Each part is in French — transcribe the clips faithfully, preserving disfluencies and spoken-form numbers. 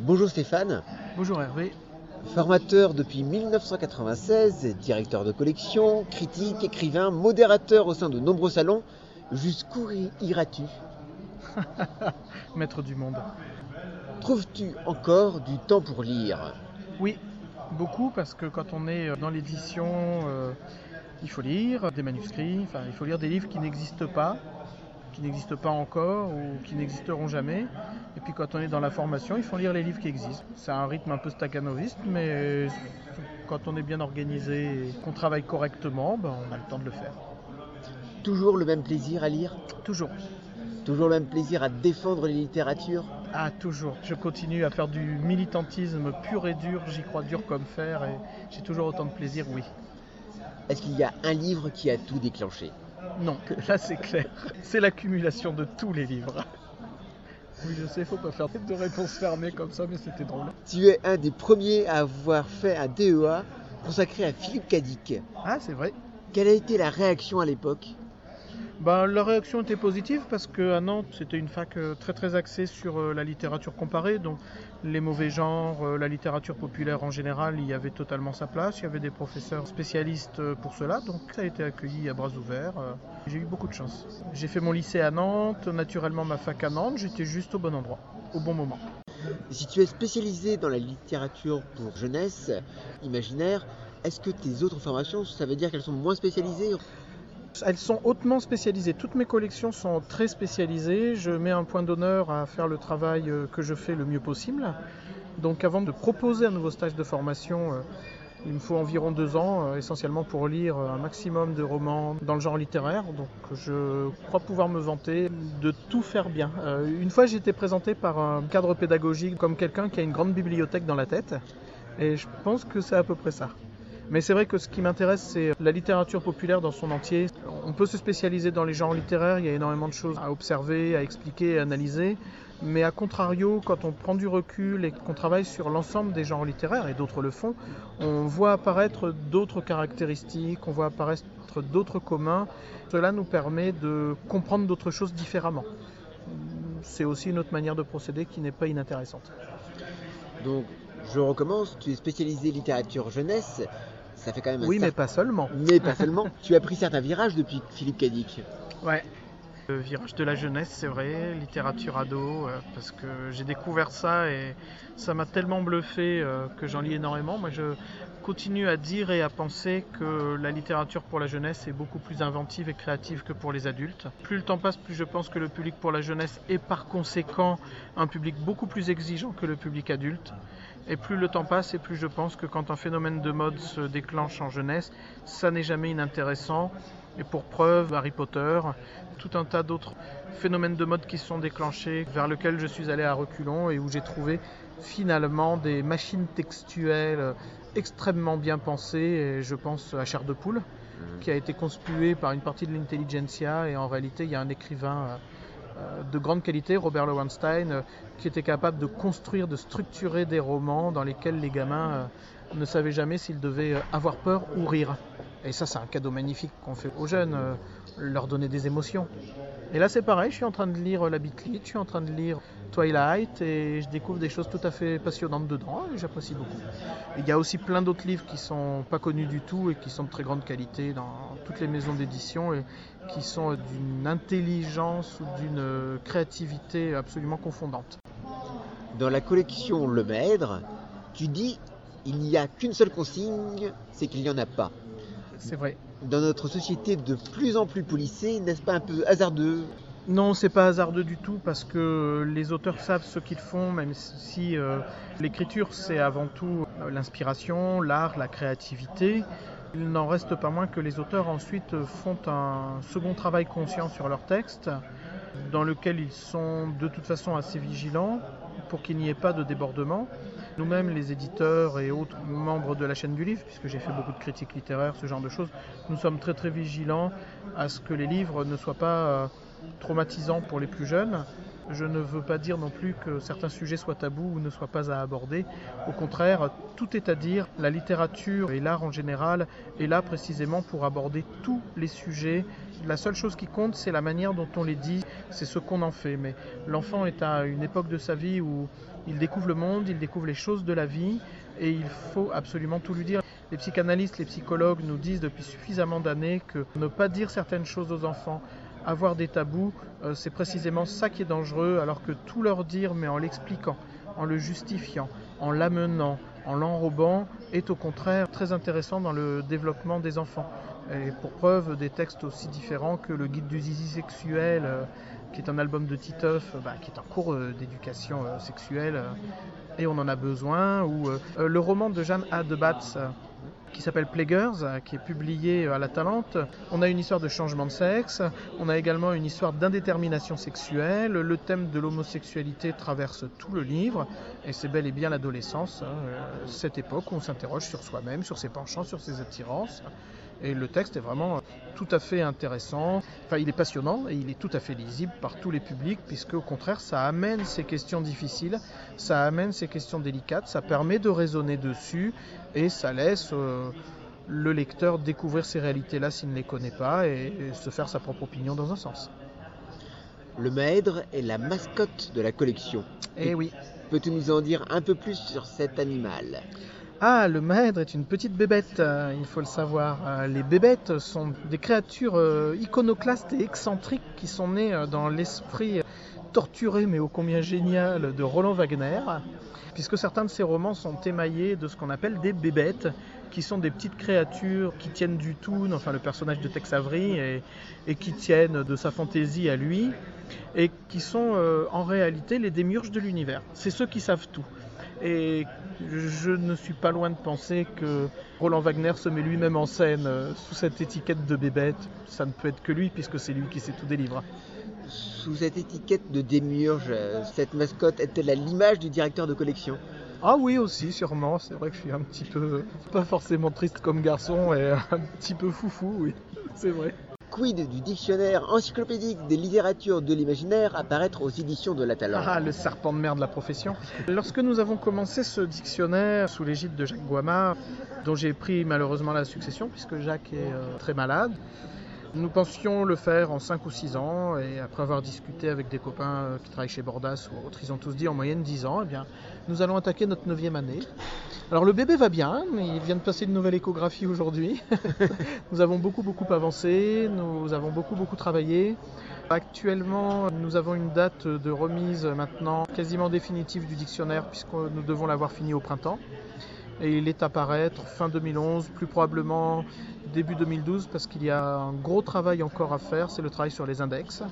Bonjour Stéphane, Bonjour Hervé. formateur depuis mille neuf cent quatre-vingt-seize, directeur de collection, critique, écrivain, modérateur au sein de nombreux salons, jusqu'où iras-tu? Maître du monde. Trouves-tu encore du temps pour lire? Oui, beaucoup, parce que quand on est dans l'édition, euh, il faut lire des manuscrits, enfin il faut lire des livres qui n'existent pas, qui n'existent pas encore ou qui n'existeront jamais. Et puis quand on est dans la formation, il faut lire les livres qui existent. C'est un rythme un peu stakhanoviste, mais quand on est bien organisé et qu'on travaille correctement, ben, on a le temps de le faire. Toujours le même plaisir à lire? Toujours. Toujours le même plaisir à défendre les littératures? Ah, toujours. Je continue à faire du militantisme pur et dur, j'y crois dur comme fer et j'ai toujours autant de plaisir, oui. Est-ce qu'il y a un livre qui a tout déclenché? Non, là c'est clair. C'est l'accumulation de tous les livres. Oui, je sais, il faut pas faire de réponses fermées comme ça, mais c'était drôle. Tu es un des premiers à avoir fait un D E A consacré à Philippe Cadic. Ah, c'est vrai. Quelle a été la réaction à l'époque? Ben, la réaction était positive parce qu'à Nantes, c'était une fac très très axée sur la littérature comparée, donc les mauvais genres, la littérature populaire en général, il y avait totalement sa place, il y avait des professeurs spécialistes pour cela, donc ça a été accueilli à bras ouverts. J'ai eu beaucoup de chance. J'ai fait mon lycée à Nantes, naturellement ma fac à Nantes, j'étais juste au bon endroit, au bon moment. Si tu es spécialisé dans la littérature pour jeunesse, imaginaire, est-ce que tes autres formations, ça veut dire qu'elles sont moins spécialisées? Elles sont hautement spécialisées. Toutes mes collections sont très spécialisées. Je mets un point d'honneur à faire le travail que je fais le mieux possible. Donc avant de proposer un nouveau stage de formation, il me faut environ deux ans, essentiellement pour lire un maximum de romans dans le genre littéraire. Donc je crois pouvoir me vanter de tout faire bien. Une fois, j'ai été présenté par un cadre pédagogique comme quelqu'un qui a une grande bibliothèque dans la tête. Et je pense que c'est à peu près ça. Mais c'est vrai que ce qui m'intéresse, c'est la littérature populaire dans son entier. On peut se spécialiser dans les genres littéraires, il y a énormément de choses à observer, à expliquer, à analyser. Mais à contrario, quand on prend du recul et qu'on travaille sur l'ensemble des genres littéraires, et d'autres le font, on voit apparaître d'autres caractéristiques, on voit apparaître d'autres communs. Cela nous permet de comprendre d'autres choses différemment. C'est aussi une autre manière de procéder qui n'est pas inintéressante. Donc, je recommence, tu es spécialisé littérature jeunesse. Ça fait quand même un Oui, certain... mais pas seulement. Mais pas seulement. Tu as pris certains virages depuis Philippe Cadic. Ouais. Le virage de la jeunesse, c'est vrai, littérature ado, euh, parce que j'ai découvert ça et ça m'a tellement bluffé euh, que j'en lis énormément. Moi, je continue à dire et à penser que la littérature pour la jeunesse est beaucoup plus inventive et créative que pour les adultes. Plus le temps passe, plus je pense que le public pour la jeunesse est par conséquent un public beaucoup plus exigeant que le public adulte. Et plus le temps passe et plus je pense que quand un phénomène de mode se déclenche en jeunesse, ça n'est jamais inintéressant. Et pour preuve, Harry Potter, tout un tas d'autres phénomènes de mode qui se sont déclenchés, vers lesquels je suis allé à reculons et où j'ai trouvé finalement des machines textuelles extrêmement bien pensées. Et je pense à Chair de poule, qui a été conspuée par une partie de l'intelligentsia. Et en réalité, il y a un écrivain de grande qualité, Robert Lowenstein, qui était capable de construire, de structurer des romans dans lesquels les gamins ne savaient jamais s'ils devaient avoir peur ou rire. Et ça, c'est un cadeau magnifique qu'on fait aux jeunes, euh, leur donner des émotions. Et là, c'est pareil, je suis en train de lire La Beat Lit, je suis en train de lire Twilight, et je découvre des choses tout à fait passionnantes dedans, et j'apprécie beaucoup. Et il y a aussi plein d'autres livres qui sont pas connus du tout, et qui sont de très grande qualité dans toutes les maisons d'édition, et qui sont d'une intelligence ou d'une créativité absolument confondante. Dans la collection Lemaître, tu dis il n'y a qu'une seule consigne, c'est qu'il n'y en a pas. C'est vrai. Dans notre société de plus en plus policée, n'est-ce pas un peu hasardeux? Non, c'est pas hasardeux du tout parce que les auteurs savent ce qu'ils font, même si euh, l'écriture c'est avant tout euh, l'inspiration, l'art, la créativité. Il n'en reste pas moins que les auteurs ensuite font un second travail conscient sur leur texte, dans lequel ils sont de toute façon assez vigilants pour qu'il n'y ait pas de débordement. Nous-mêmes, les éditeurs et autres membres de la chaîne du livre, puisque j'ai fait beaucoup de critiques littéraires, ce genre de choses, nous sommes très très vigilants à ce que les livres ne soient pas euh, traumatisants pour les plus jeunes Je ne veux pas dire non plus que certains sujets soient tabous ou ne soient pas à aborder. Au contraire, tout est à dire. La littérature et l'art en général est là précisément pour aborder tous les sujets. La seule chose qui compte, c'est la manière dont on les dit, c'est ce qu'on en fait. Mais l'enfant est à une époque de sa vie où il découvre le monde, il découvre les choses de la vie et il faut absolument tout lui dire. Les psychanalystes, les psychologues nous disent depuis suffisamment d'années que ne pas dire certaines choses aux enfants, avoir des tabous, euh, c'est précisément ça qui est dangereux, alors que tout leur dire, mais en l'expliquant, en le justifiant, en l'amenant, en l'enrobant, est au contraire très intéressant dans le développement des enfants. Et pour preuve, des textes aussi différents que le guide du zizi sexuel, euh, qui est un album de Titeuf, euh, bah, qui est un cours euh, d'éducation euh, sexuelle, euh, et on en a besoin, ou euh, le roman de Jeanne A. de Batz, euh, qui s'appelle Plaguers, euh, qui est publié à la Talente. On a une histoire de changement de sexe, on a également une histoire d'indétermination sexuelle, le thème de l'homosexualité traverse tout le livre, et c'est bel et bien l'adolescence, hein, euh, cette époque où on s'interroge sur soi-même, sur ses penchants, sur ses attirances. Et le texte est vraiment tout à fait intéressant. Enfin, il est passionnant et il est tout à fait lisible par tous les publics, puisque au contraire, ça amène ces questions difficiles, ça amène ces questions délicates, ça permet de raisonner dessus et ça laisse euh, le lecteur découvrir ces réalités-là s'il ne les connaît pas et, et se faire sa propre opinion dans un sens. Le Maèdre est la mascotte de la collection. Eh oui. Peux-tu nous en dire un peu plus sur cet animal ? Ah, le Maèdre est une petite bébête, euh, il faut le savoir. Euh, les bébêtes sont des créatures euh, iconoclastes et excentriques qui sont nées euh, dans l'esprit torturé mais ô combien génial de Roland Wagner, puisque certains de ses romans sont émaillés de ce qu'on appelle des bébêtes, qui sont des petites créatures qui tiennent du Toon, enfin le personnage de Tex Avery, et, et qui tiennent de sa fantaisie à lui, et qui sont euh, en réalité les démiurges de l'univers. C'est ceux qui savent tout. Et je ne suis pas loin de penser que Roland Wagner se met lui-même en scène euh, sous cette étiquette de bébête. Ça ne peut être que lui, puisque c'est lui qui sait tout des livres. Sous cette étiquette de démiurge, cette mascotte est-elle à l'image du directeur de collection ? Ah oui, aussi, sûrement. C'est vrai que je suis un petit peu, pas forcément triste comme garçon, et un petit peu foufou, oui, c'est vrai. Quid du dictionnaire encyclopédique des littératures de l'imaginaire à paraître aux éditions de la Talente ? Ah, le serpent de mer de la profession. Lorsque nous avons commencé ce dictionnaire sous l'égide de Jacques Guamard, dont j'ai pris malheureusement la succession puisque Jacques est euh, très malade, nous pensions le faire en cinq ou six ans, et après avoir discuté avec des copains qui travaillent chez Bordas ou autres, ils ont tous dit en moyenne dix ans, eh bien, nous allons attaquer notre neuvième année. Alors le bébé va bien, il vient de passer une nouvelle échographie aujourd'hui. Nous avons beaucoup beaucoup avancé, nous avons beaucoup beaucoup travaillé. Actuellement, nous avons une date de remise maintenant quasiment définitive du dictionnaire, puisque nous devons l'avoir fini au printemps. Et il est à paraître fin deux mille onze, plus probablement début deux mille douze, parce qu'il y a un gros travail encore à faire, c'est le travail sur les index.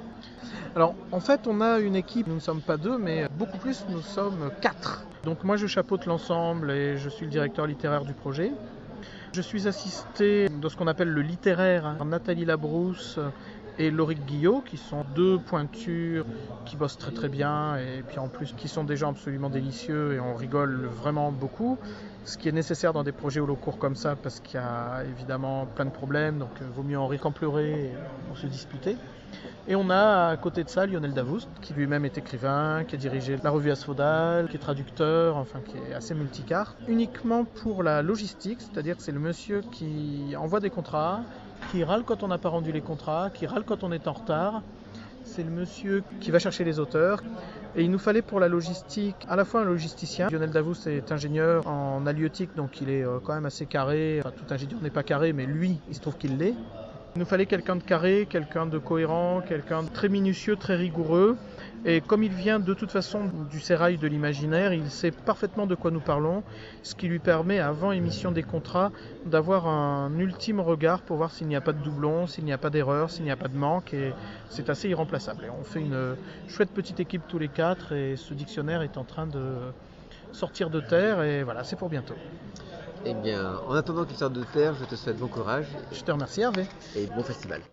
Alors en fait on a une équipe, nous ne sommes pas deux, mais beaucoup plus, nous sommes quatre. Donc moi je chapeaute l'ensemble et je suis le directeur littéraire du projet. Je suis assisté de ce qu'on appelle le littéraire, par Nathalie Labrousse et Lauric Guillot, qui sont deux pointures qui bossent très très bien, et puis en plus qui sont des gens absolument délicieux et on rigole vraiment beaucoup, ce qui est nécessaire dans des projets au long cours comme ça, parce qu'il y a évidemment plein de problèmes, donc euh, vaut mieux en rire qu'en pleurer pour se disputer. Et on a à côté de ça Lionel Davoust, qui lui-même est écrivain, qui a dirigé la revue Asphodale, qui est traducteur, enfin qui est assez multicarte. Uniquement pour la logistique, c'est-à-dire que c'est le monsieur qui envoie des contrats, qui râle quand on n'a pas rendu les contrats, qui râle quand on est en retard. C'est le monsieur qui va chercher les auteurs. Et il nous fallait pour la logistique à la fois un logisticien. Lionel Davoust est ingénieur en halieutique, donc il est quand même assez carré. Enfin, tout ingénieur n'est pas carré, mais lui, il se trouve qu'il l'est. Il nous fallait quelqu'un de carré, quelqu'un de cohérent, quelqu'un de très minutieux, très rigoureux. Et comme il vient de toute façon du sérail de l'imaginaire, il sait parfaitement de quoi nous parlons, ce qui lui permet, avant émission des contrats, d'avoir un ultime regard pour voir s'il n'y a pas de doublon, s'il n'y a pas d'erreur, s'il n'y a pas de manque. Et c'est assez irremplaçable. Et on fait une chouette petite équipe tous les quatre, et ce dictionnaire est en train de sortir de terre, et voilà, c'est pour bientôt. Eh bien, en attendant qu'il sorte de terre, je te souhaite bon courage. Je te remercie, Hervé. Et bon festival.